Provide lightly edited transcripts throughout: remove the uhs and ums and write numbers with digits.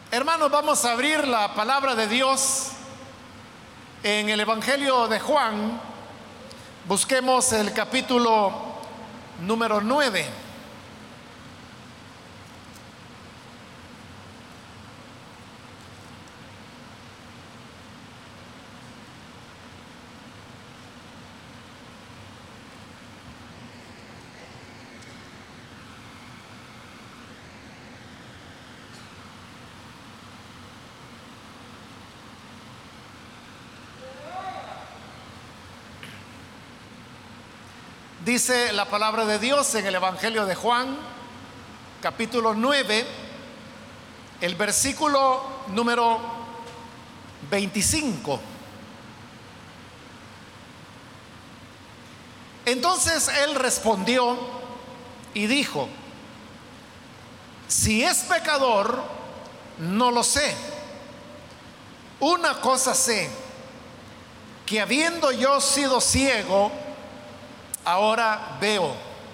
Hermanos, vamos a abrir la palabra de Dios en el Evangelio de Juan. Busquemos el capítulo número 9. Dice la palabra de Dios en el Evangelio de Juan, capítulo 9, el versículo número 25. Entonces él respondió y dijo: si es pecador, no lo sé. Una cosa sé, que habiendo yo sido ciego, ahora veo.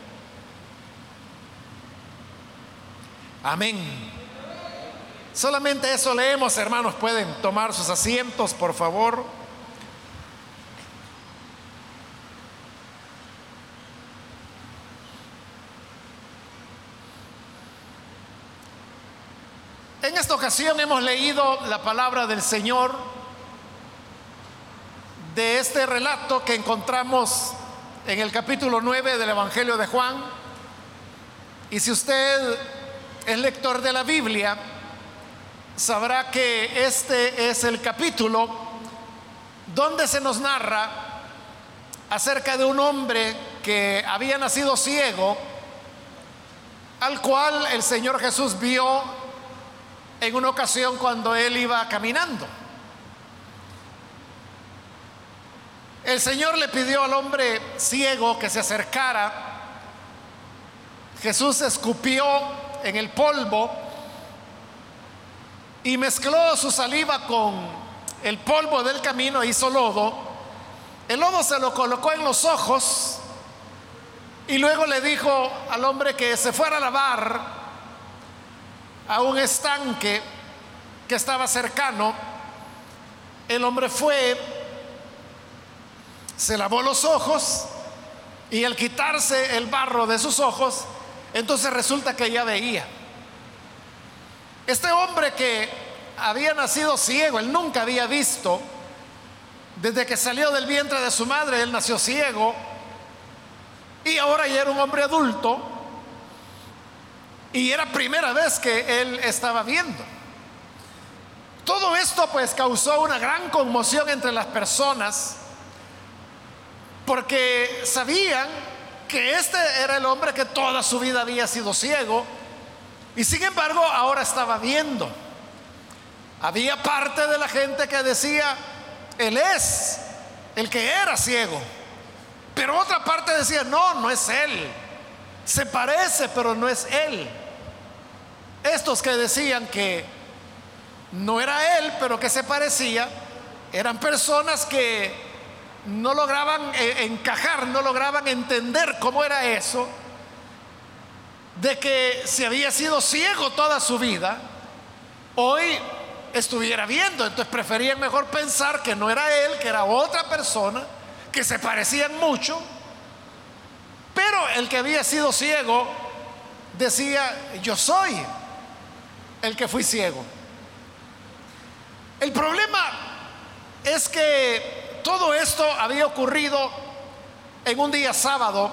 Amén. Solamente eso leemos, hermanos. Pueden tomar sus asientos, por favor. En esta ocasión hemos leído la palabra del Señor de este relato que encontramos en el capítulo 9 del Evangelio de Juan. Y si usted es lector de la Biblia, sabrá que este es el capítulo donde se nos narra acerca de un hombre que había nacido ciego, al cual el Señor Jesús vio en una ocasión cuando él iba caminando. El Señor le pidió al hombre ciego que se acercara. Jesús escupió en el polvo y mezcló su saliva con el polvo del camino, hizo lodo. El lodo se lo colocó en los ojos y luego le dijo al hombre que se fuera a lavar a un estanque que estaba cercano. El hombre fue, se lavó los ojos y al quitarse el barro de sus ojos, entonces resulta que ya veía. Este hombre que había nacido ciego, él nunca había visto. Desde que salió del vientre de su madre, él nació ciego y ahora ya era un hombre adulto y era primera vez que él estaba viendo. Todo esto pues causó una gran conmoción entre las personas, porque sabían que este era el hombre que toda su vida había sido ciego y sin embargo ahora estaba viendo. Había parte de la gente que decía: él es el que era ciego. Pero otra parte decía: no, no es él. Se parece, pero no es él. Estos que decían que no era él, pero que se parecía, eran personas que no lograban encajar, no lograban entender cómo era eso de que si había sido ciego toda su vida, hoy estuviera viendo. Entonces preferían mejor pensar que no era él, que era otra persona, que se parecían mucho. Pero el que había sido ciego decía: yo soy el que fui ciego. El problema es que todo esto había ocurrido en un día sábado,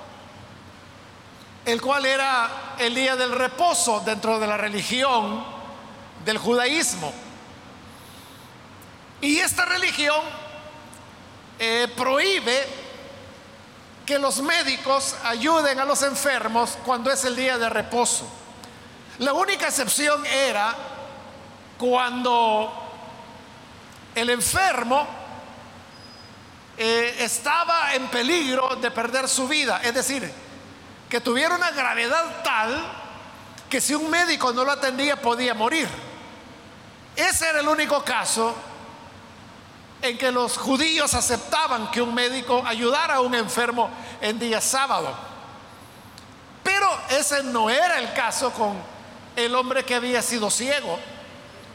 el cual era el día del reposo dentro de la religión del judaísmo. Y esta religión prohíbe que los médicos ayuden a los enfermos cuando es el día de reposo. La única excepción era cuando el enfermo estaba en peligro de perder su vida, es decir, que tuviera una gravedad tal que si un médico no lo atendía podía morir. Ese era el único caso en que los judíos aceptaban que un médico ayudara a un enfermo en día sábado. Pero ese no era el caso con el hombre que había sido ciego.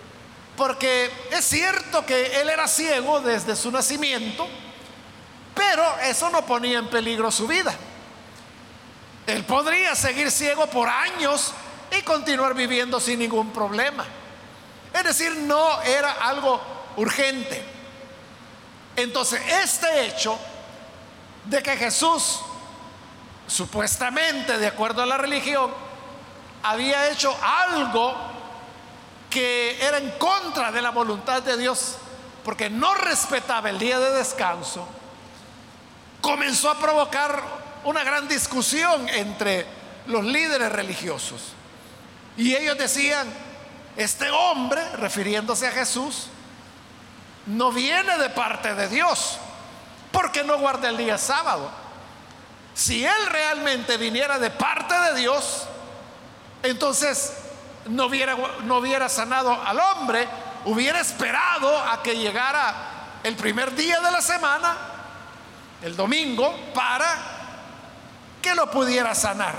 Porque es cierto que él era ciego desde su nacimiento, pero eso no ponía en peligro su vida. Él podría seguir ciego por años y continuar viviendo sin ningún problema. Es decir, no era algo urgente. Entonces, este hecho de que Jesús, supuestamente, de acuerdo a la religión, había hecho algo que era en contra de la voluntad de Dios, porque no respetaba el día de descanso, comenzó a provocar una gran discusión entre los líderes religiosos. Y ellos decían: este hombre, refiriéndose a Jesús, no viene de parte de Dios, porque no guarda el día sábado. Si él realmente viniera de parte de Dios, entonces no hubiera sanado al hombre, hubiera esperado a que llegara el primer día de la semana, el domingo, para que lo pudiera sanar.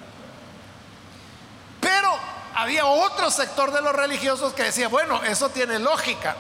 Pero había otro sector de los religiosos que decía: bueno, eso tiene lógica.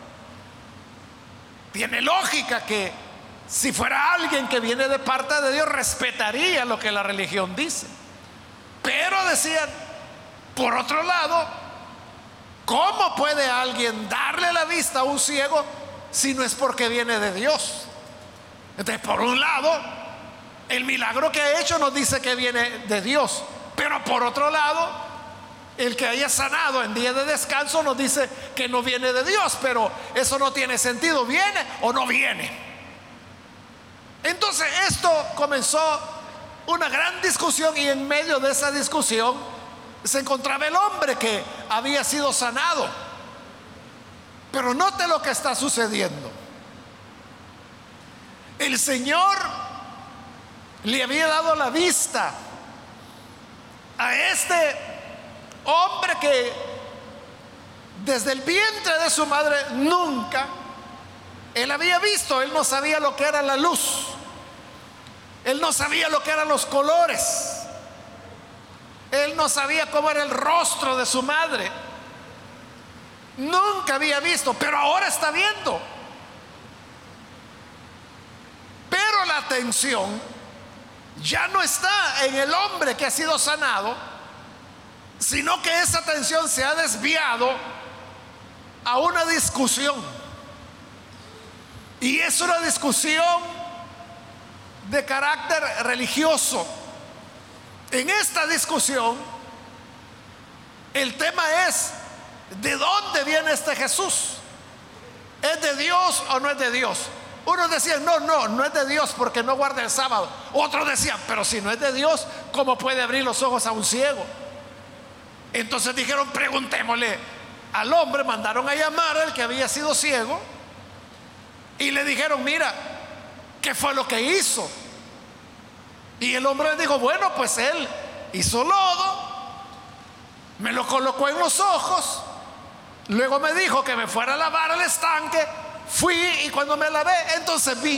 Tiene lógica que si fuera alguien que viene de parte de Dios, respetaría lo que la religión dice. Pero decían, por otro lado, ¿cómo puede alguien darle la vista a un ciego si no es porque viene de Dios? Entonces, por un lado, el milagro que ha hecho nos dice que viene de Dios, pero por otro lado, el que haya sanado en día de descanso nos dice que no viene de Dios. Pero eso no tiene sentido, ¿viene o no viene? Entonces esto comenzó una gran discusión, y en medio de esa discusión se encontraba el hombre que había sido sanado. Pero note lo que está sucediendo. El Señor le había dado la vista a este hombre que desde el vientre de su madre nunca él había visto. Él no sabía lo que era la luz, él no sabía lo que eran los colores, él no sabía cómo era el rostro de su madre, nunca había visto, pero ahora está viendo. Pero la atención ya no está en el hombre que ha sido sanado, sino que esa atención se ha desviado a una discusión. Y es una discusión de carácter religioso. En esta discusión, el tema es: ¿de dónde viene este Jesús? ¿Es de Dios o no es de Dios? Unos decían: no es de Dios porque no guarda el sábado. Otros decían: pero si no es de Dios, ¿cómo puede abrir los ojos a un ciego? Entonces dijeron: preguntémosle al hombre. Mandaron a llamar al que había sido ciego y le dijeron: mira, ¿qué fue lo que hizo? Y el hombre le dijo: bueno, pues él hizo lodo, me lo colocó en los ojos, luego me dijo que me fuera a lavar al estanque, fui y cuando me lavé, entonces vi.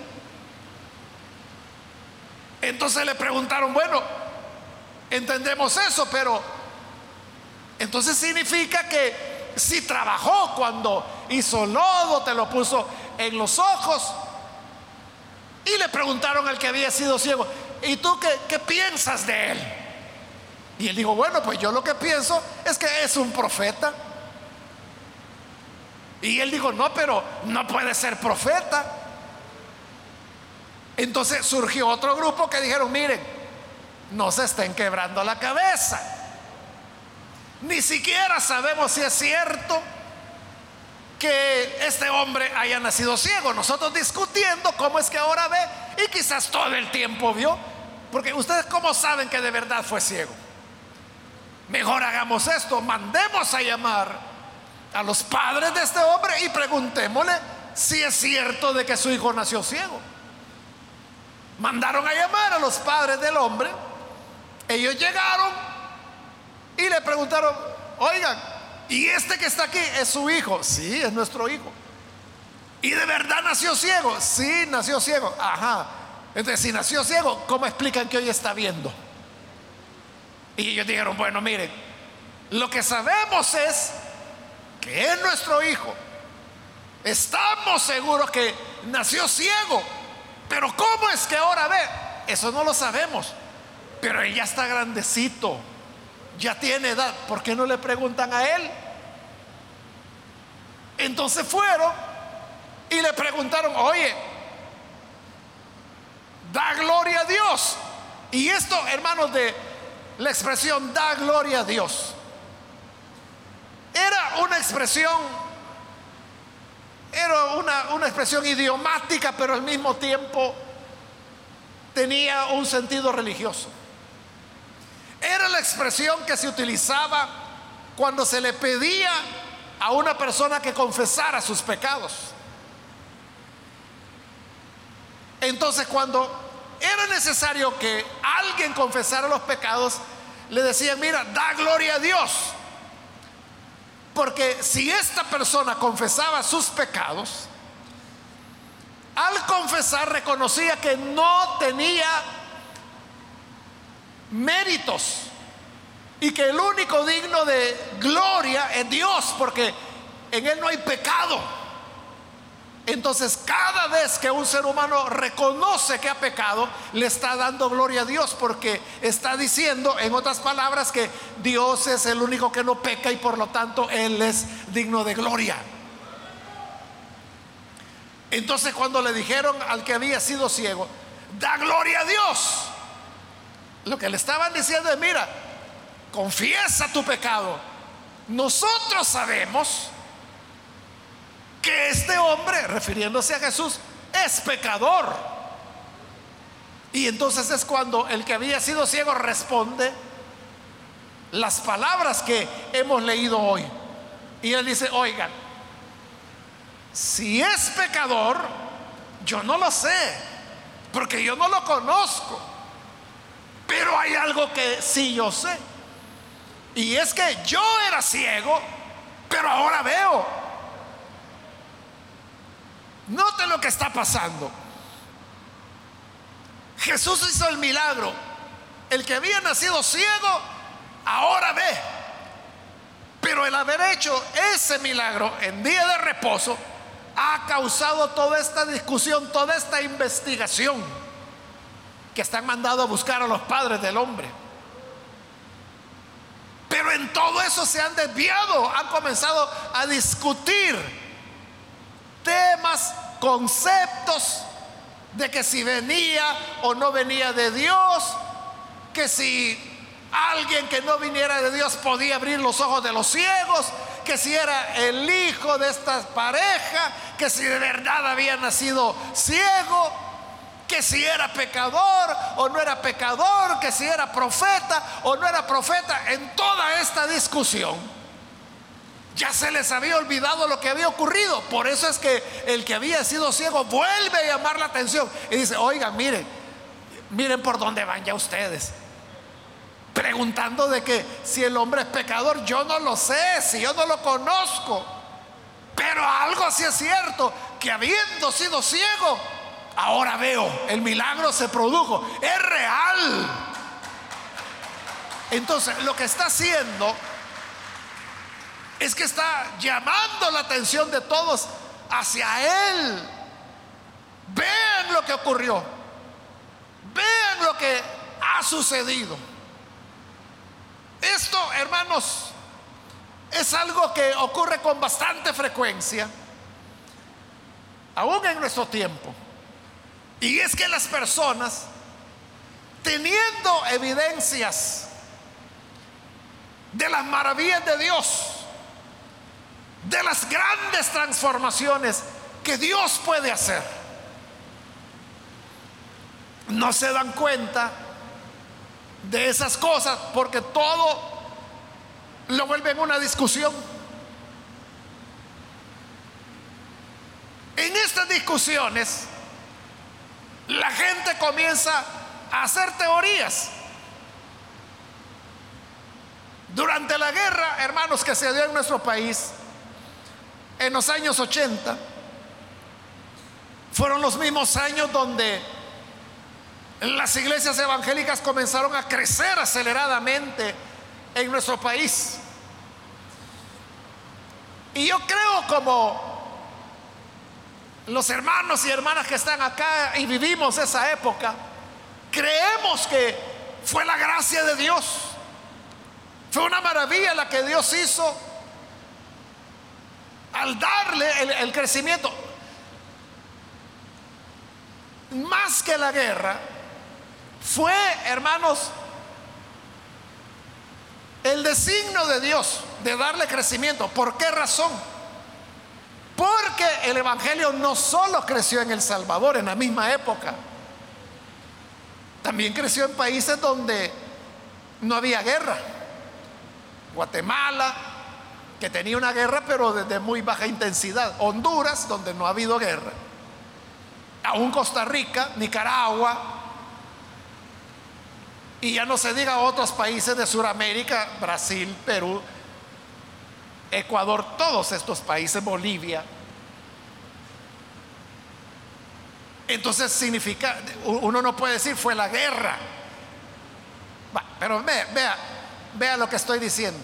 Entonces le preguntaron: bueno, entendemos eso, pero entonces significa que si trabajó cuando hizo lodo, te lo puso en los ojos. Y le preguntaron al que había sido ciego: ¿y tú qué piensas de él? Y él dijo: bueno, pues yo lo que pienso es que es un profeta. Y él dijo: no, pero no puede ser profeta. Entonces surgió otro grupo que dijeron: miren, no se estén quebrando la cabeza, ni siquiera sabemos si es cierto que este hombre haya nacido ciego. Nosotros discutiendo cómo es que ahora ve, y quizás todo el tiempo vio, porque ustedes cómo saben que de verdad fue ciego. Mejor hagamos esto: mandemos a llamar a los padres de este hombre y preguntémosle si es cierto de que su hijo nació ciego. Mandaron a llamar a los padres del hombre. Ellos llegaron y le preguntaron: oigan, ¿y este que está aquí es su hijo? Sí, es nuestro hijo. ¿Y de verdad nació ciego? Sí, nació ciego. Ajá. Entonces, si nació ciego, ¿cómo explican que hoy está viendo? Y ellos dijeron: bueno, miren, lo que sabemos es que es nuestro hijo, estamos seguros que nació ciego, pero ¿cómo es que ahora ve? Eso no lo sabemos, pero él ya está grandecito, ya tiene edad. ¿Por qué no le preguntan a él? Entonces fueron y le preguntaron: oye, da gloria a Dios. Y esto, hermanos, de la expresión da gloria a Dios, era una expresión, una expresión idiomática, pero al mismo tiempo tenía un sentido religioso. Era la expresión que se utilizaba cuando se le pedía a una persona que confesara sus pecados. Entonces, cuando era necesario que alguien confesara los pecados, le decían: mira, da gloria a Dios. Porque si esta persona confesaba sus pecados, al confesar reconocía que no tenía méritos y que el único digno de gloria es Dios, porque en él no hay pecado. Entonces, cada vez que un ser humano reconoce que ha pecado, le está dando gloria a Dios, porque está diciendo, en otras palabras, que Dios es el único que no peca y por lo tanto Él es digno de gloria. Entonces, cuando le dijeron al que había sido ciego: da gloria a Dios, lo que le estaban diciendo es: mira, confiesa tu pecado. Nosotros sabemos que este hombre, refiriéndose a Jesús, es pecador. Y entonces es cuando el que había sido ciego responde las palabras que hemos leído hoy. Y él dice: oigan, si es pecador, yo no lo sé, porque yo no lo conozco, pero hay algo que sí yo sé, y es que yo era ciego, pero ahora veo. Note lo que está pasando. Jesús hizo el milagro. El que había nacido ciego ahora ve. Pero el haber hecho ese milagro en día de reposo ha causado toda esta discusión, toda esta investigación, que están mandando a buscar a los padres del hombre. Pero en todo eso se han desviado, han comenzado a discutir temas, conceptos de que si venía o no venía de Dios, que si alguien que no viniera de Dios podía abrir los ojos de los ciegos, que si era el hijo de esta pareja, que si de verdad había nacido ciego, que si era pecador o no era pecador, que si era profeta o no era profeta. En toda esta discusión ya se les había olvidado lo que había ocurrido. Por eso es que el que había sido ciego vuelve a llamar la atención y dice: oigan, miren por dónde van ya ustedes, preguntando de que si el hombre es pecador. Yo no lo sé, si yo no lo conozco, pero algo sí es cierto, que habiendo sido ciego, ahora veo. El milagro se produjo, es real. Entonces, lo que está haciendo es que está llamando la atención de todos hacia Él. Vean lo que ocurrió, vean lo que ha sucedido. Esto, hermanos, es algo que ocurre con bastante frecuencia, aún en nuestro tiempo. Y es que las personas, teniendo evidencias de las maravillas de Dios, de las grandes transformaciones que Dios puede hacer, no se dan cuenta de esas cosas, porque todo lo vuelven una discusión. En estas discusiones, la gente comienza a hacer teorías. Durante la guerra, hermanos, que se dio en nuestro país en los años 80, fueron los mismos años donde las iglesias evangélicas comenzaron a crecer aceleradamente en nuestro país. Y yo creo, como los hermanos y hermanas que están acá y vivimos esa época, creemos que fue la gracia de Dios. Fue una maravilla la que Dios hizo al darle el crecimiento. Más que la guerra, fue, hermanos, el designio de Dios de darle crecimiento. ¿Por qué razón? Porque el evangelio no solo creció en El Salvador en la misma época, también creció en países donde no había guerra. Guatemala, que tenía una guerra pero de muy baja intensidad. Honduras, donde no ha habido guerra. Aún Costa Rica, Nicaragua, y ya no se diga otros países de Sudamérica, Brasil, Perú, Ecuador, todos estos países, Bolivia. Entonces significa, uno no puede decir fue la guerra. Pero vea lo que estoy diciendo.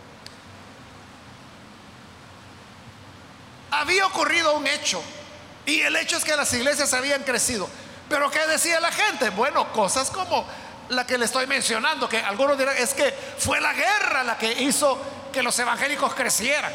Había ocurrido un hecho, y el hecho es que las iglesias habían crecido. Pero ¿qué decía la gente? Bueno, cosas como la que le estoy mencionando, que algunos dirán es que fue la guerra la que hizo que los evangélicos crecieran.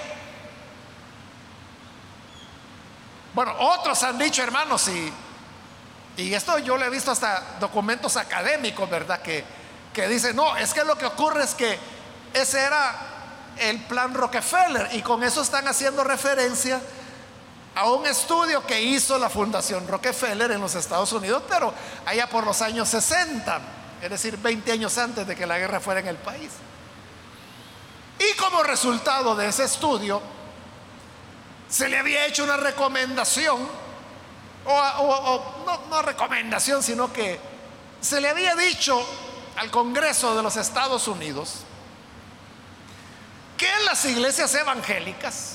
Bueno, otros han dicho, hermanos, y esto yo lo he visto hasta documentos académicos, ¿verdad? Que dicen, no, es que lo que ocurre es que ese era el plan Rockefeller, y con eso están haciendo referencia a un estudio que hizo la Fundación Rockefeller en los Estados Unidos, pero allá por los años 60, es decir, 20 años antes de que la guerra fuera en el país. Y como resultado de ese estudio, se le había hecho una recomendación, no recomendación, sino que se le había dicho al Congreso de los Estados Unidos que las iglesias evangélicas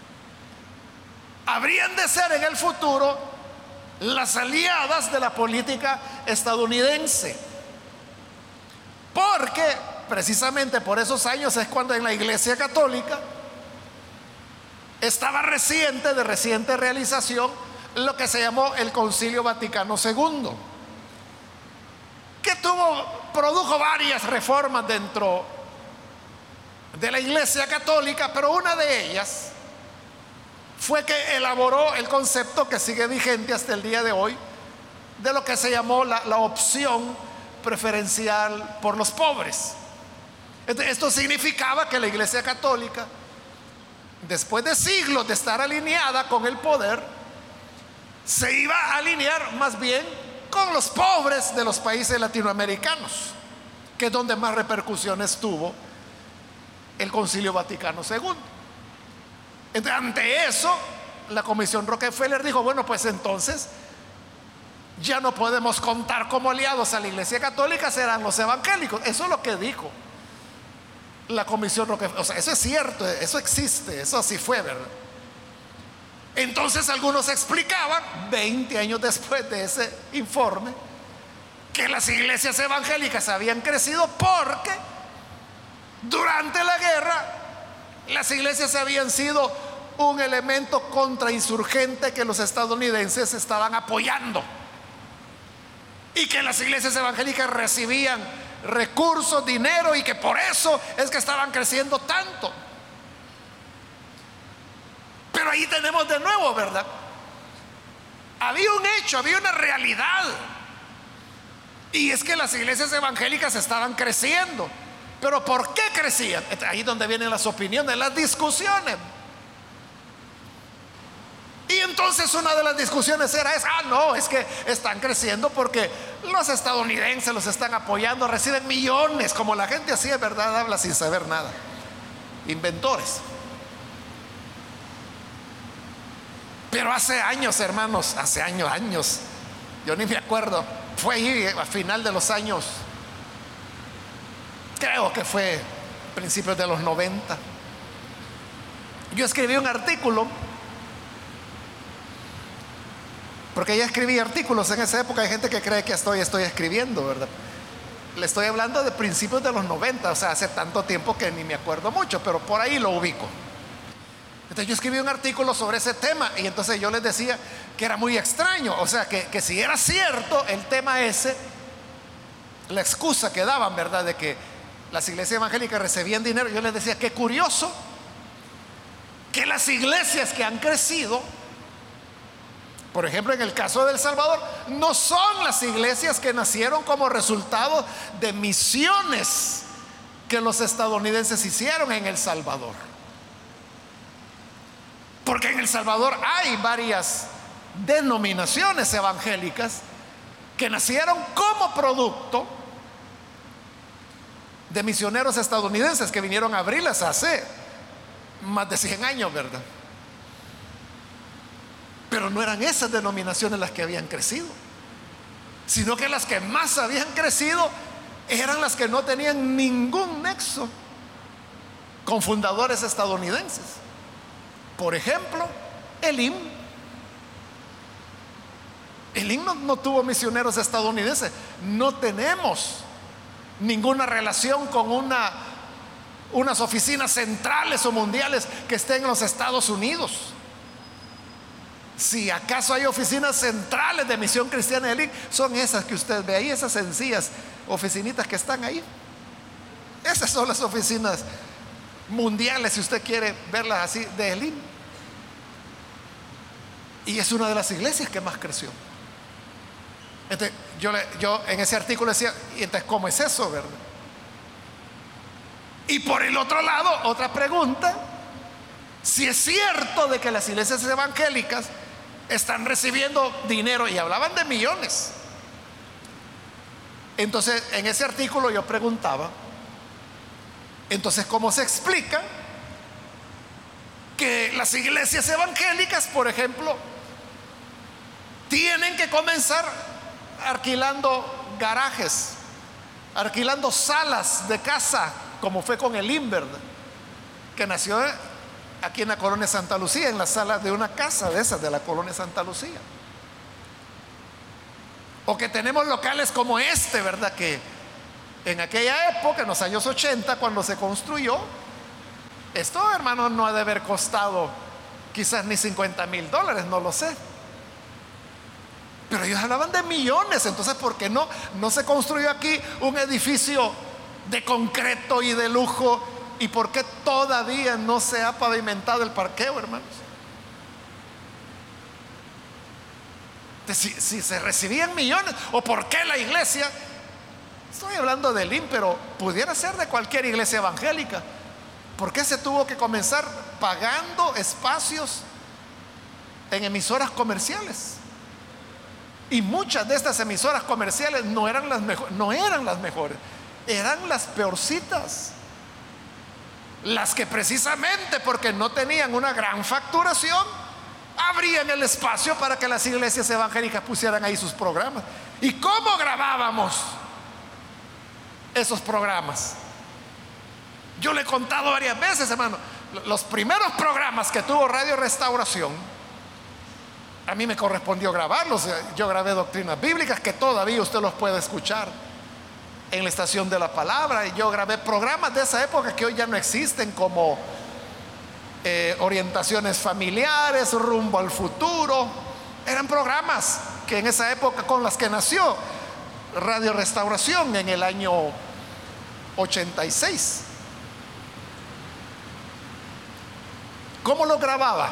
habrían de ser en el futuro las aliadas de la política estadounidense, porque precisamente por esos años es cuando en la Iglesia Católica estaba de reciente realización lo que se llamó el Concilio Vaticano II, que produjo varias reformas dentro de la Iglesia Católica, pero una de ellas fue que elaboró el concepto que sigue vigente hasta el día de hoy de lo que se llamó la opción preferencial por los pobres. Esto significaba que la Iglesia Católica, después de siglos de estar alineada con el poder, se iba a alinear más bien con los pobres de los países latinoamericanos, que es donde más repercusiones tuvo el Concilio Vaticano II. Entonces, ante eso, la Comisión Rockefeller dijo, bueno, pues entonces ya no podemos contar como aliados a la Iglesia Católica, serán los evangélicos. Eso es lo que dijo la Comisión Rockefeller. O sea, eso es cierto, eso existe, eso así fue, ¿verdad? Entonces algunos explicaban, 20 años después de ese informe, que las iglesias evangélicas habían crecido porque durante la guerra las iglesias habían sido un elemento contrainsurgente que los estadounidenses estaban apoyando, y que las iglesias evangélicas recibían recursos, dinero, y que por eso es que estaban creciendo tanto. Pero ahí tenemos de nuevo, ¿verdad? Había un hecho, había una realidad, y es que las iglesias evangélicas estaban creciendo. Pero ¿por qué crecían? Ahí es donde vienen las opiniones, las discusiones. Y entonces una de las discusiones era no, es que están creciendo porque los estadounidenses los están apoyando, reciben millones, como la gente así, es verdad, habla sin saber nada, inventores. Pero hace años, hermanos, hace años, yo ni me acuerdo, fue ahí a final de los años, creo que fue principios de los 90, yo escribí un artículo, porque ya escribí artículos en esa época. Hay gente que cree que estoy escribiendo, ¿verdad? Le estoy hablando de principios de los 90, o sea, hace tanto tiempo que ni me acuerdo mucho, pero por ahí lo ubico. Entonces yo escribí un artículo sobre ese tema y entonces yo les decía que era muy extraño, o sea, que si era cierto el tema ese, la excusa que daban, ¿verdad?, de que las iglesias evangélicas recibían dinero, yo les decía, qué curioso que las iglesias que han crecido, por ejemplo en el caso de El Salvador, no son las iglesias que nacieron como resultado de misiones que los estadounidenses hicieron en El Salvador. Porque en El Salvador hay varias denominaciones evangélicas que nacieron como producto de misioneros estadounidenses que vinieron a abrirlas hace más de 100 años, ¿verdad? Pero no eran esas denominaciones las que habían crecido, sino que las que más habían crecido eran las que no tenían ningún nexo con fundadores estadounidenses. Por ejemplo, Elim no tuvo misioneros estadounidenses. No tenemos ninguna relación con unas oficinas centrales o mundiales que estén en los Estados Unidos. Si acaso hay oficinas centrales de Misión Cristiana de Elim, son esas que usted ve ahí, esas sencillas oficinitas que están ahí. Esas son las oficinas mundiales, si usted quiere verlas así, de Elim. Y es una de las iglesias que más creció. Entonces, yo en ese artículo decía, ¿y entonces cómo es eso, verdad? Y por el otro lado, otra pregunta: si es cierto de que las iglesias evangélicas están recibiendo dinero, y hablaban de millones. Entonces, en ese artículo yo preguntaba, entonces, ¿cómo se explica que las iglesias evangélicas, por ejemplo, tienen que comenzar alquilando garajes, alquilando salas de casa, como fue con Elim, ¿verdad?, que nació aquí en la colonia Santa Lucía, en la sala de una casa de esas de la colonia Santa Lucía? O que tenemos locales como este, ¿verdad?, que en aquella época, en los años 80, cuando se construyó, esto, hermano, no ha de haber costado quizás ni $50,000, no lo sé. Pero ellos hablaban de millones. Entonces, ¿por qué no se construyó aquí un edificio de concreto y de lujo? ¿Y por qué todavía no se ha pavimentado el parqueo, hermanos? Si se recibían millones, ¿o por qué la iglesia? Estoy hablando de Elim, pero pudiera ser de cualquier iglesia evangélica. ¿Por qué se tuvo que comenzar pagando espacios en emisoras comerciales? Y muchas de estas emisoras comerciales no eran las mejores, eran las peorcitas. Las que precisamente porque no tenían una gran facturación, abrían el espacio para que las iglesias evangélicas pusieran ahí sus programas. ¿Y cómo grabábamos esos programas? Yo le he contado varias veces, hermano, los primeros programas que tuvo Radio Restauración, a mí me correspondió grabarlos. Yo grabé Doctrinas Bíblicas, que todavía usted los puede escuchar en la estación de la palabra. Y yo grabé programas de esa época que hoy ya no existen, como orientaciones familiares, rumbo al futuro. Eran programas que en esa época con las que nació Radio Restauración en el año 86. ¿Cómo lo grababa?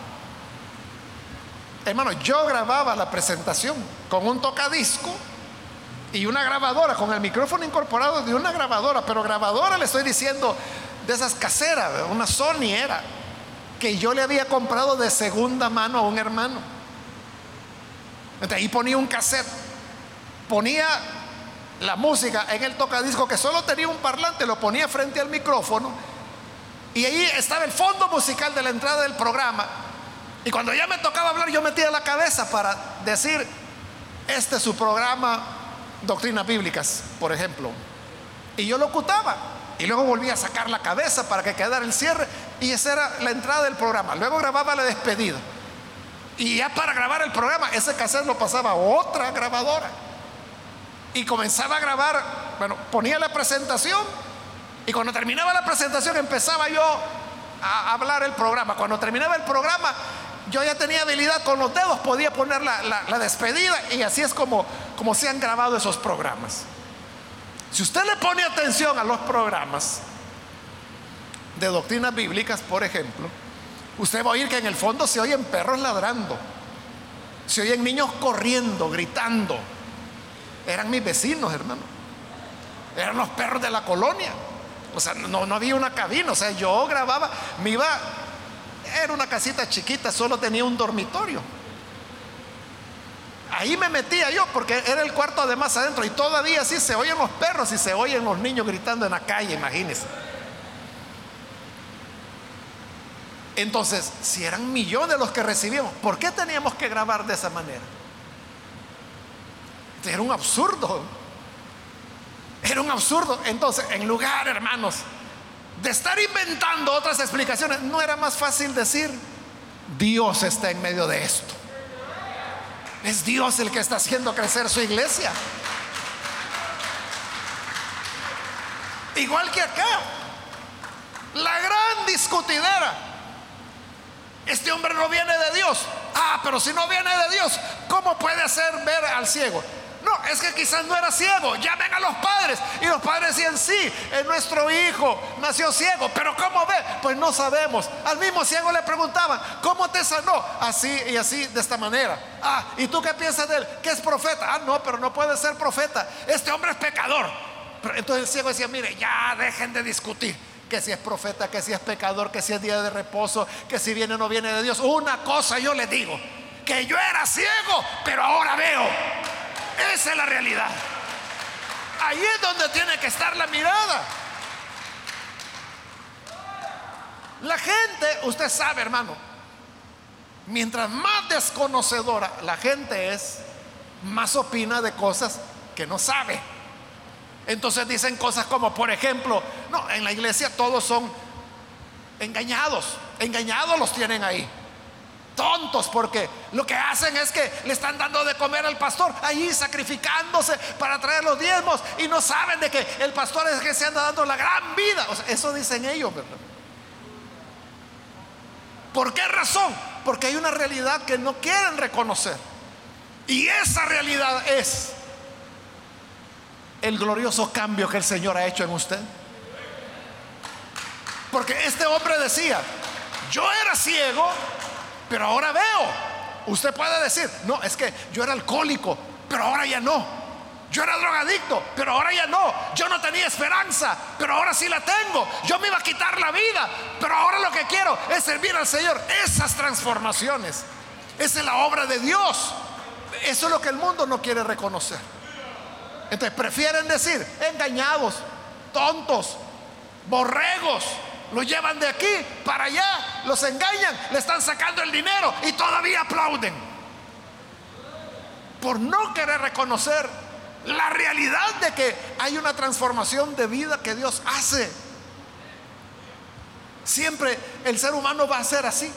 Hermano, yo grababa la presentación con un tocadisco y una grabadora, con el micrófono incorporado de una grabadora. Pero grabadora, le estoy diciendo, de esas caseras, una Sony era, que yo le había comprado de segunda mano a un hermano. Entonces ahí ponía un cassette, ponía la música en el tocadisco, que solo tenía un parlante, lo ponía frente al micrófono, y ahí estaba el fondo musical de la entrada del programa. Y cuando ya me tocaba hablar, yo metía la cabeza para decir: este es su programa, Doctrinas Bíblicas, por ejemplo. Y yo locutaba, y luego volvía a sacar la cabeza para que quedara el cierre, y esa era la entrada del programa. Luego grababa la despedida, y ya para grabar el programa, ese cassette lo pasaba a otra grabadora y comenzaba a grabar. Bueno, ponía la presentación, y cuando terminaba la presentación empezaba yo a hablar el programa. Cuando terminaba el programa, yo ya tenía habilidad con los dedos, podía poner la despedida, y así es como se han grabado esos programas. Si usted le pone atención a los programas de doctrinas bíblicas, por ejemplo, usted va a oír que en el fondo se oyen perros ladrando, se oyen niños corriendo, gritando. Eran mis vecinos, hermano. Eran los perros de la colonia. O sea, no había una cabina. O sea, yo grababa, era una casita chiquita, solo tenía un dormitorio. Ahí me metía yo, porque era el cuarto además adentro, y todavía sí se oyen los perros y se oyen los niños gritando en la calle, imagínense. Entonces, si eran millones los que recibíamos, ¿por qué teníamos que grabar de esa manera? Era un absurdo. Era un absurdo. Entonces, en lugar, hermanos, de estar inventando otras explicaciones, ¿no era más fácil decir: Dios está en medio de esto? Es Dios el que está haciendo crecer su iglesia. Igual que acá, la gran discutidera: este hombre no viene de Dios. Pero si no viene de Dios, ¿cómo puede hacer ver al ciego? No, es que quizás no era ciego. Llamen a los padres. Y los padres decían: sí, nuestro hijo nació ciego, pero ¿cómo ve? Pues no sabemos. Al mismo ciego le preguntaban: ¿cómo te sanó? Así y así, de esta manera. ¿Y tú qué piensas de él? Que es profeta. No, pero no puede ser profeta. Este hombre es pecador. Pero entonces el ciego decía: mire, ya dejen de discutir que si es profeta, que si es pecador, que si es día de reposo, que si viene o no viene de Dios. Una cosa yo les digo: que yo era ciego, pero ahora veo. Esa es la realidad. Ahí es donde tiene que estar la mirada. La gente, usted sabe, hermano, mientras más desconocedora la gente es, más opina de cosas que no sabe. Entonces dicen cosas como, por ejemplo: no, en la iglesia todos son engañados los tienen ahí. Tontos, porque lo que hacen es que le están dando de comer al pastor, ahí sacrificándose para traer los diezmos, y no saben de que el pastor es el que se anda dando la gran vida. O sea, eso dicen ellos, ¿verdad? ¿Por qué razón? Porque hay una realidad que no quieren reconocer, y esa realidad es el glorioso cambio que el Señor ha hecho en usted. Porque este hombre decía: yo era ciego, pero ahora veo. Usted puede decir: no, es que yo era alcohólico, pero ahora ya no. Yo era drogadicto, pero ahora ya no. Yo no tenía esperanza, pero ahora sí la tengo. Yo me iba a quitar la vida, pero ahora lo que quiero es servir al Señor. Esas transformaciones, esa es la obra de Dios. Eso es lo que el mundo no quiere reconocer. Entonces prefieren decir: engañados, tontos, borregos. Los llevan de aquí para allá, los engañan, le están sacando el dinero y todavía aplauden, por no querer reconocer la realidad de que hay una transformación de vida que Dios hace. Siempre el ser humano va a ser así.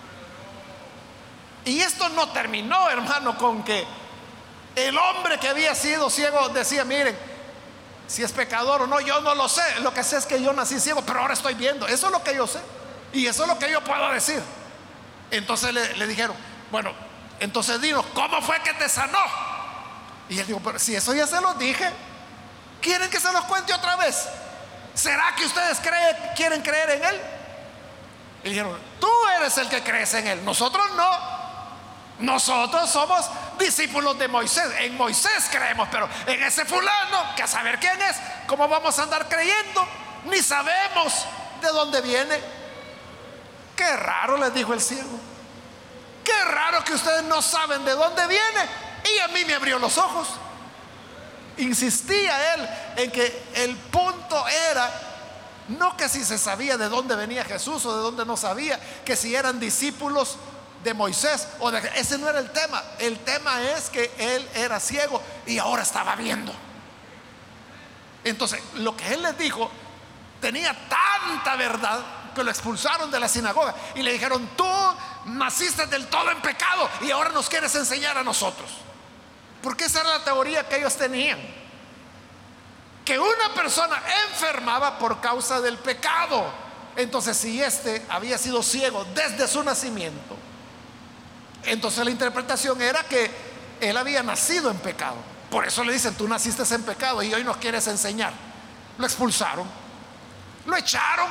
Y esto no terminó, hermano, con que el hombre que había sido ciego decía: miren, si es pecador o no, yo no lo sé. Lo que sé es que yo nací ciego, pero ahora estoy viendo. Eso es lo que yo sé, y eso es lo que yo puedo decir. Entonces le dijeron: bueno, entonces dinos, ¿cómo fue que te sanó? Y él dijo: pero si eso ya se los dije, ¿quieren que se los cuente otra vez? ¿Será que ustedes quieren creer en él? Y dijeron: tú eres el que crees en él, nosotros no. Nosotros somos discípulos de Moisés. En Moisés creemos, pero en ese fulano, que a saber quién es, ¿cómo vamos a andar creyendo? Ni sabemos de dónde viene. Qué raro, les dijo el ciego. Qué raro que ustedes no saben de dónde viene. Y a mí me abrió los ojos. Insistía él en que el punto era no que si se sabía de dónde venía Jesús o de dónde no sabía, que si eran discípulos de Moisés ese no era el tema. El tema es que él era ciego y ahora estaba viendo. Entonces lo que él les dijo tenía tanta verdad que lo expulsaron de la sinagoga y le dijeron: tú naciste del todo en pecado y ahora nos quieres enseñar a nosotros. Porque esa era la teoría que ellos tenían, que una persona enfermaba por causa del pecado, Entonces, si este había sido ciego desde su nacimiento, entonces la interpretación era que él había nacido en pecado. Por eso le dicen: tú naciste en pecado y hoy nos quieres enseñar. Lo expulsaron, lo echaron.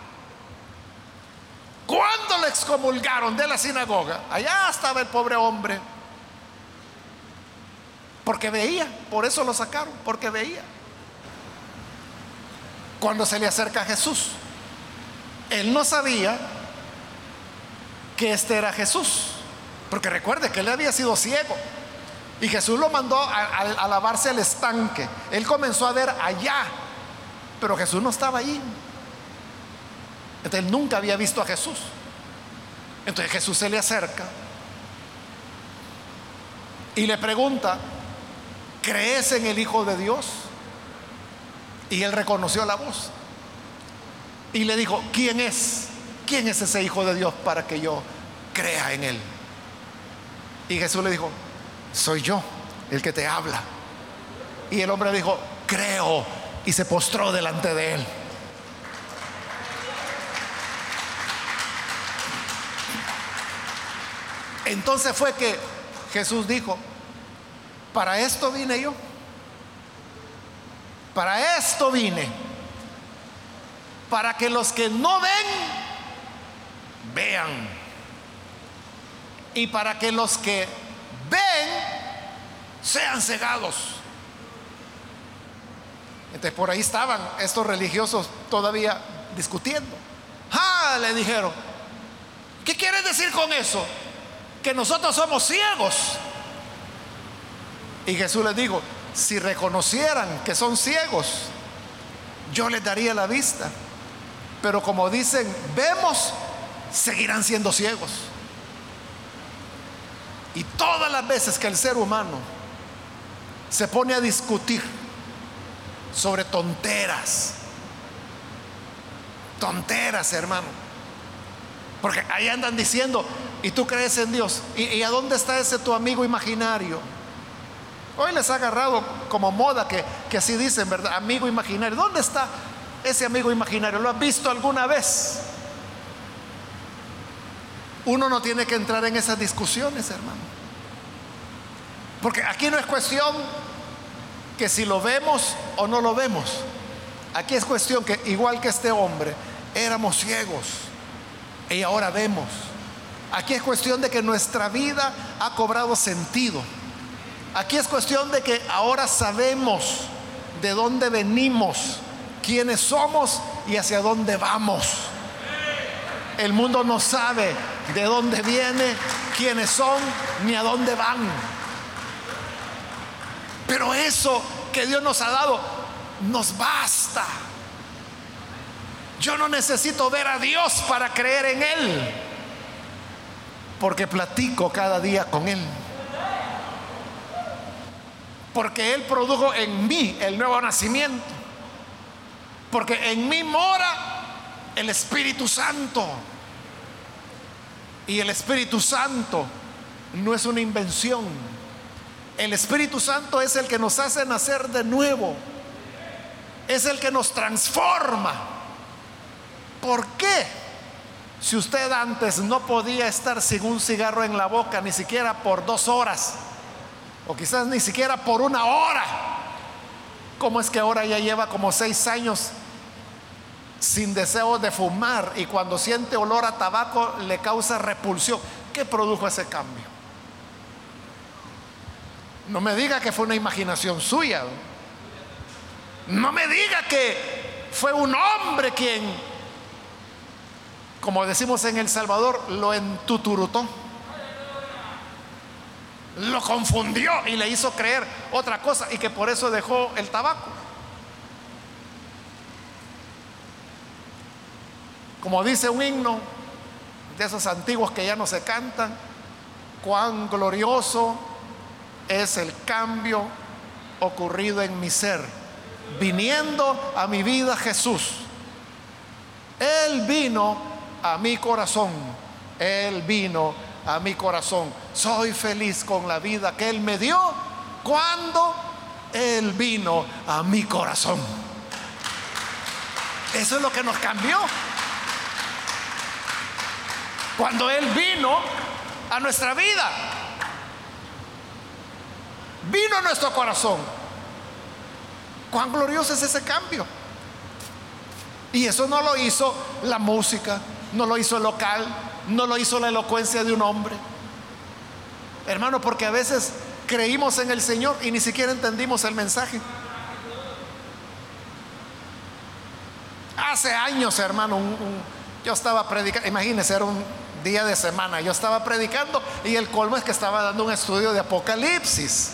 Cuando lo excomulgaron de la sinagoga, allá estaba el pobre hombre, porque veía. Por eso lo sacaron, porque veía. Cuando se le acerca a Jesús, él no sabía que este era Jesús, porque recuerde que él había sido ciego y Jesús lo mandó a lavarse al estanque. Él comenzó a ver allá, pero Jesús no estaba allí. Entonces él nunca había visto a Jesús. Entonces Jesús se le acerca y le pregunta: ¿crees en el Hijo de Dios? Y él reconoció la voz y le dijo: ¿quién es? ¿Quién es ese Hijo de Dios para que yo crea en él? Y Jesús le dijo: soy yo el que te habla. Y el hombre dijo: creo, y se postró delante de él. Entonces fue que Jesús dijo: para esto vine yo, para esto vine, para que los que no ven, vean, y para que los que ven sean cegados. Entonces por ahí estaban estos religiosos todavía discutiendo. Le dijeron: ¿qué quieres decir con eso? Que nosotros somos ciegos. Y Jesús les dijo: si reconocieran que son ciegos, yo les daría la vista, pero como dicen vemos, seguirán siendo ciegos. Y todas las veces que el ser humano se pone a discutir sobre tonteras, hermano, porque ahí andan diciendo: ¿y tú crees en Dios? ¿Y a dónde está ese tu amigo imaginario? Hoy les ha agarrado como moda que así dicen, ¿verdad? Amigo imaginario. ¿Dónde está ese amigo imaginario? ¿Lo has visto alguna vez? Uno no tiene que entrar en esas discusiones, hermano, porque aquí no es cuestión que si lo vemos o no lo vemos. Aquí es cuestión que, igual que este hombre, éramos ciegos y ahora vemos. Aquí es cuestión de que nuestra vida ha cobrado sentido. Aquí es cuestión de que ahora sabemos de dónde venimos, quiénes somos y hacia dónde vamos. El mundo no sabe de dónde viene, quiénes son, ni a dónde van. Pero eso que Dios nos ha dado nos basta. Yo no necesito ver a Dios para creer en Él, porque platico cada día con Él, porque Él produjo en mí el nuevo nacimiento, porque en mí mora el Espíritu Santo. Y el Espíritu Santo no es una invención. El Espíritu Santo es el que nos hace nacer de nuevo, es el que nos transforma. ¿Por qué? Si usted antes no podía estar sin un cigarro en la boca ni siquiera por 2 horas, o quizás ni siquiera por 1 hora, ¿cómo es que ahora ya lleva como 6 años sin deseo de fumar, y cuando siente olor a tabaco le causa repulsión? ¿Qué produjo ese cambio? No me diga que fue una imaginación suya. No me diga que fue un hombre quien, como decimos en El Salvador, lo entuturutó, lo confundió y le hizo creer otra cosa, y que por eso dejó el tabaco. Como dice un himno de esos antiguos que ya no se cantan: cuán glorioso es el cambio ocurrido en mi ser, viniendo a mi vida Jesús. Él vino a mi corazón, Él vino a mi corazón. Soy feliz con la vida que Él me dio cuando Él vino a mi corazón. Eso es lo que nos cambió. cuando Él vino a nuestra vida, vino a nuestro corazón. Cuán glorioso es ese cambio. Y eso no lo hizo la música, no lo hizo el local, no lo hizo la elocuencia de un hombre. Hermano, porque a veces creímos en el Señor y ni siquiera entendimos el mensaje. Hace años, hermano, yo estaba predicando, imagínense, era un día de semana, yo estaba predicando y el colmo es que estaba dando un estudio de Apocalipsis.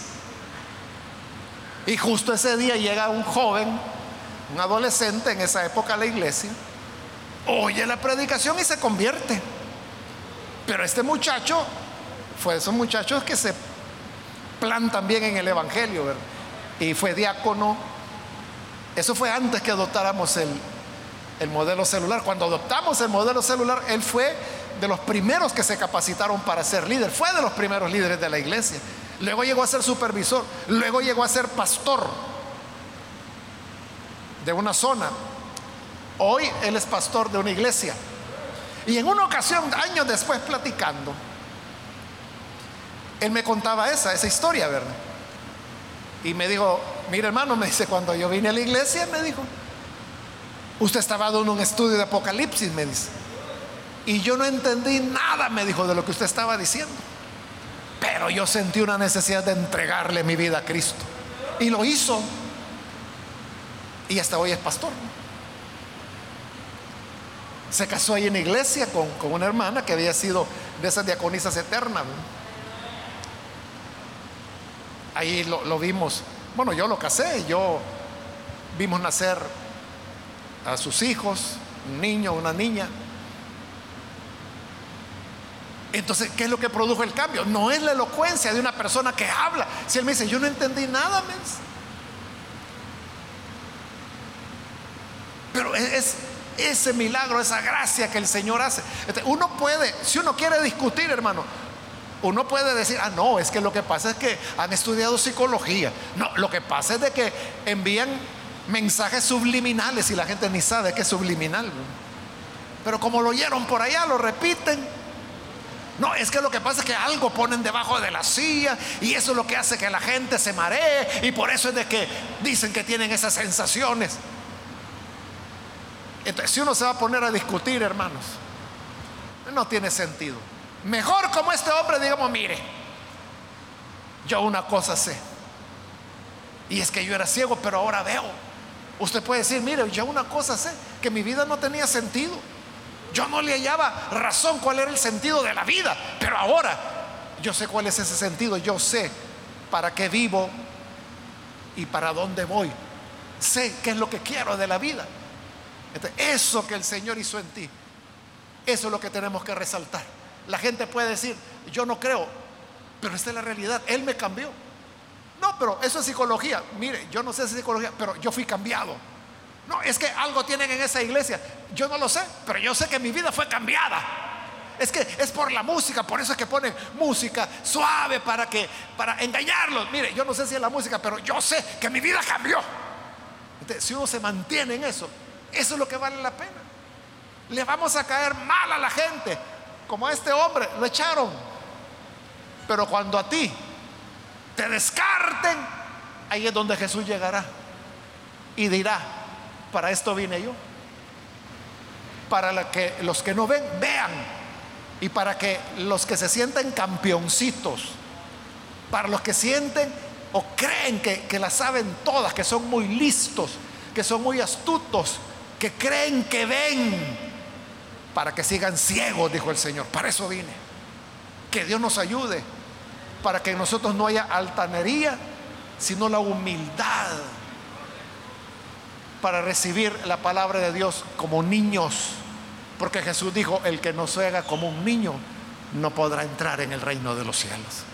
Y justo ese día llega un joven, un adolescente en esa época a la iglesia, oye la predicación y se convierte. Pero este muchacho fue de esos muchachos que se plantan bien en el evangelio, ¿verdad? Y fue diácono. Eso fue antes que adoptáramos el modelo celular. Cuando adoptamos el modelo celular, él fue de los primeros que se capacitaron para ser líder, fue de los primeros líderes de la iglesia. Luego llegó a ser supervisor, luego llegó a ser pastor de una zona. Hoy él es pastor de una iglesia. Y en una ocasión, años después, platicando, él me contaba esa historia, ¿verdad? Y me dijo, mire hermano, me dice, cuando yo vine a la iglesia, me dijo, usted estaba dando un estudio de Apocalipsis, me dice, y yo no entendí nada, me dijo, de lo que usted estaba diciendo, pero yo sentí una necesidad de entregarle mi vida a Cristo, y lo hizo, y hasta hoy es pastor. Se casó ahí en la iglesia con una hermana que había sido de esas diaconisas eternas, ¿no? Ahí lo vimos. Bueno, yo lo casé, vimos nacer a sus hijos, un niño, una niña. Entonces, ¿qué es lo que produjo el cambio? No es la elocuencia de una persona que habla. Si él me dice, yo no entendí nada, pero es ese milagro, esa gracia que el Señor hace. Uno puede, si uno quiere discutir, hermano, uno puede decir, no, es que lo que pasa es que han estudiado psicología. No, lo que pasa es de que envían mensajes subliminales y la gente ni sabe qué es subliminal, ¿no? Pero como lo oyeron por allá, lo repiten. No, es que lo que pasa es que algo ponen debajo de la silla y eso es lo que hace que la gente se maree y por eso es de que dicen que tienen esas sensaciones. Entonces, si uno se va a poner a discutir, hermanos, no tiene sentido. Mejor como este hombre, digamos, mire, yo una cosa sé, y es que yo era ciego, pero ahora veo. Usted puede decir, mire, yo una cosa sé, que mi vida no tenía sentido. Yo no le hallaba razón cuál era el sentido de la vida, pero ahora yo sé cuál es ese sentido. Yo sé para qué vivo y para dónde voy. Sé qué es lo que quiero de la vida. Entonces, eso que el Señor hizo en ti, eso es lo que tenemos que resaltar. La gente puede decir, yo no creo, pero esta es la realidad, Él me cambió. No, pero eso es psicología. Mire, yo no sé si es psicología, pero yo fui cambiado. No, es que algo tienen en esa iglesia, yo no lo sé, pero yo sé que mi vida fue cambiada. Es que es por la música, por eso es que ponen música suave para engañarlos. Mire, yo no sé si es la música, pero yo sé que mi vida cambió. Entonces, si uno se mantiene en eso es lo que vale la pena. Le vamos a caer mal a la gente, como a este hombre, lo echaron. Pero cuando a ti te descarten, ahí es donde Jesús llegará y dirá, para esto vine yo, para que los que no ven, vean, y para que los que se sienten campeoncitos, para los que sienten o creen que las saben todas, que son muy listos, que son muy astutos, que creen que ven, para que sigan ciegos, dijo el Señor. Para eso vine. Que Dios nos ayude para que en nosotros no haya altanería, sino la humildad para recibir la palabra de Dios como niños, porque Jesús dijo, el que no se haga como un niño no podrá entrar en el reino de los cielos.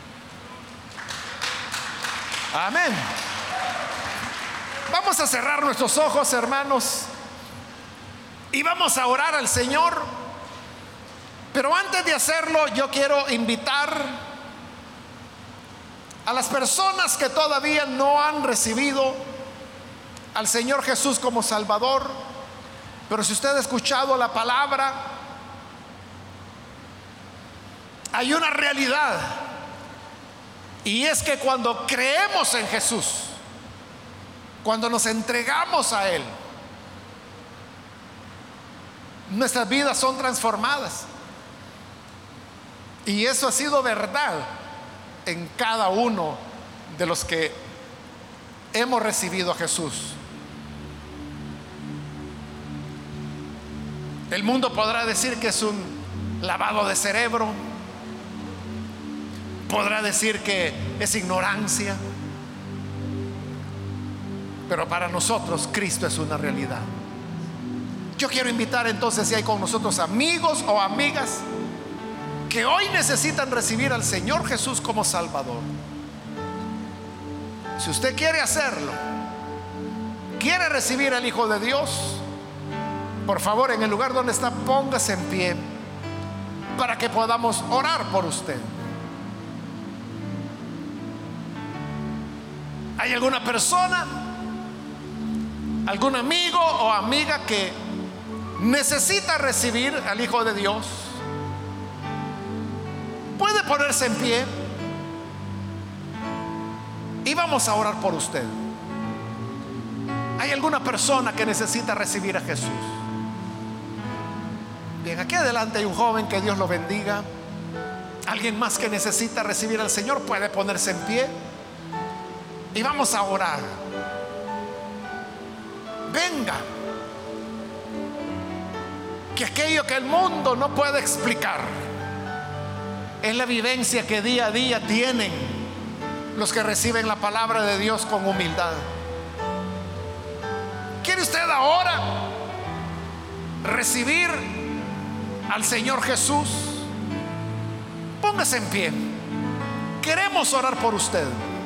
Amén. Vamos a cerrar nuestros ojos, hermanos, y vamos a orar al Señor. Pero antes de hacerlo, yo quiero invitar a las personas que todavía no han recibido al Señor Jesús como Salvador. Pero si usted ha escuchado la palabra hay una realidad, y es que cuando creemos en Jesús, cuando nos entregamos a Él, nuestras vidas son transformadas. Y eso ha sido verdad en cada uno de los que hemos recibido a Jesús. El mundo podrá decir que es un lavado de cerebro, podrá decir que es ignorancia, pero para nosotros Cristo es una realidad. Yo quiero invitar entonces, si hay con nosotros amigos o amigas que hoy necesitan recibir al Señor Jesús como Salvador, si usted quiere hacerlo, quiere recibir al Hijo de Dios, por favor, en el lugar donde está, póngase en pie para que podamos orar por usted. ¿Hay alguna persona, algún amigo o amiga que necesita recibir al Hijo de Dios? Puede ponerse en pie y vamos a orar por usted. ¿Hay alguna persona que necesita recibir a Jesús? Bien, aquí adelante hay un joven, que Dios lo bendiga. Alguien más que necesita recibir al Señor puede ponerse en pie y vamos a orar. Venga, que aquello que el mundo no puede explicar es la vivencia que día a día tienen los que reciben la palabra de Dios con humildad. ¿Quiere usted ahora recibir al Señor Jesús? Póngase en pie. Queremos orar por usted.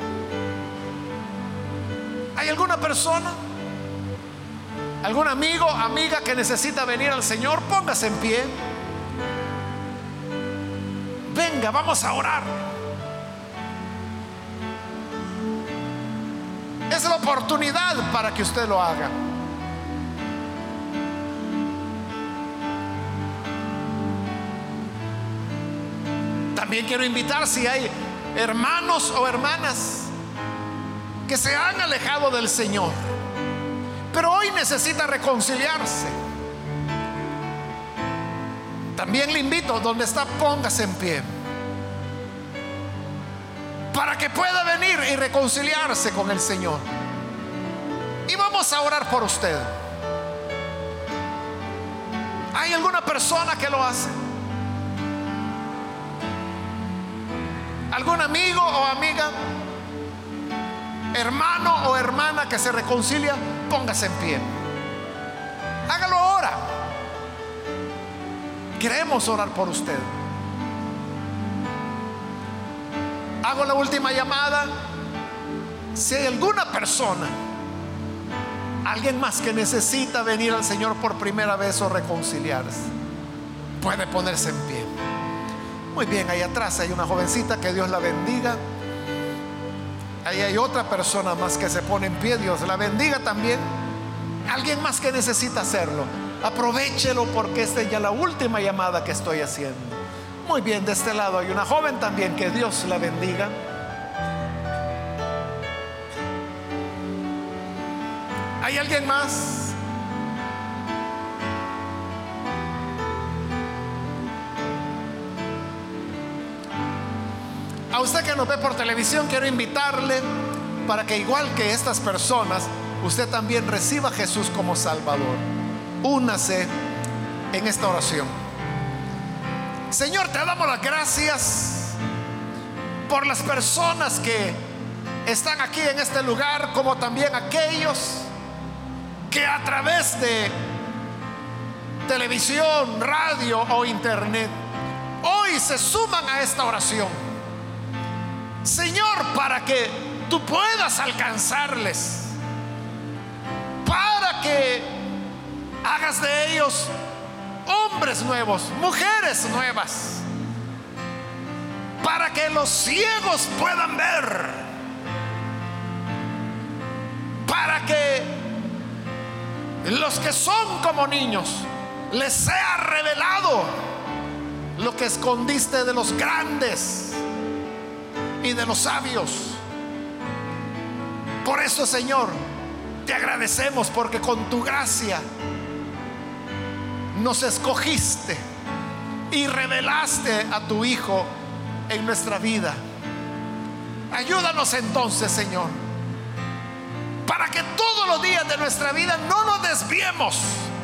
¿Hay alguna persona, algún amigo, amiga que necesita venir al Señor? Póngase en pie. Venga, vamos a orar. Es la oportunidad para que usted lo haga. También quiero invitar, si hay hermanos o hermanas que se han alejado del Señor, pero hoy necesita reconciliarse, también le invito, donde está, póngase en pie para que pueda venir y reconciliarse con el Señor. Y vamos a orar por usted. ¿Hay alguna persona que lo hace? ¿Algún amigo o amiga, hermano o hermana que se reconcilia? Póngase en pie. Hágalo ahora. Queremos orar por usted. Hago la última llamada. Si hay alguna persona, alguien más que necesita venir al Señor por primera vez o reconciliarse, puede ponerse en pie. Muy bien, ahí atrás hay una jovencita, que Dios la bendiga. Ahí hay otra persona más que se pone en pie, Dios la bendiga también. Alguien más que necesita hacerlo, aprovéchelo, porque esta es ya la última llamada que estoy haciendo. Muy bien, de este lado hay una joven también, que Dios la bendiga. ¿Hay alguien más? A usted que nos ve por televisión, quiero invitarle para que, igual que estas personas, usted también reciba a Jesús como Salvador. Únase en esta oración. Señor, te damos las gracias por las personas que están aquí en este lugar, como también aquellos que a través de televisión, radio o internet hoy se suman a esta oración. Señor, para que tú puedas alcanzarles, para que hagas de ellos hombres nuevos, mujeres nuevas, para que los ciegos puedan ver, para que los que son como niños les sea revelado lo que escondiste de los grandes y de los sabios. Por eso, Señor, te agradecemos, porque con tu gracia nos escogiste y revelaste a tu Hijo en nuestra vida. Ayúdanos entonces, Señor, para que todos los días de nuestra vida no nos desviemos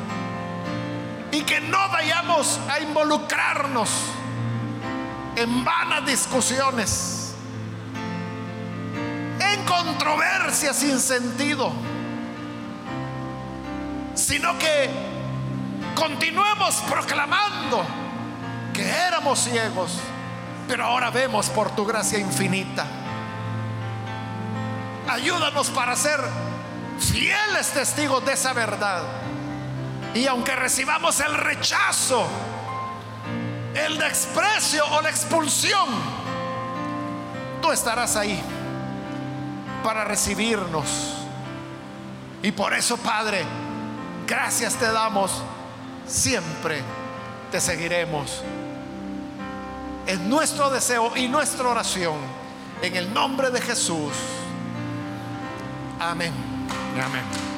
y que no vayamos a involucrarnos en vanas discusiones, en controversias sin sentido, sino que continuemos proclamando que éramos ciegos, pero ahora vemos por tu gracia infinita. Ayúdanos para ser fieles testigos de esa verdad. Y aunque recibamos el rechazo, el desprecio o la expulsión, tú estarás ahí para recibirnos. Y por eso, Padre, gracias te damos. Siempre te seguiremos. Es nuestro deseo y nuestra oración, en el nombre de Jesús. Amén. Amén.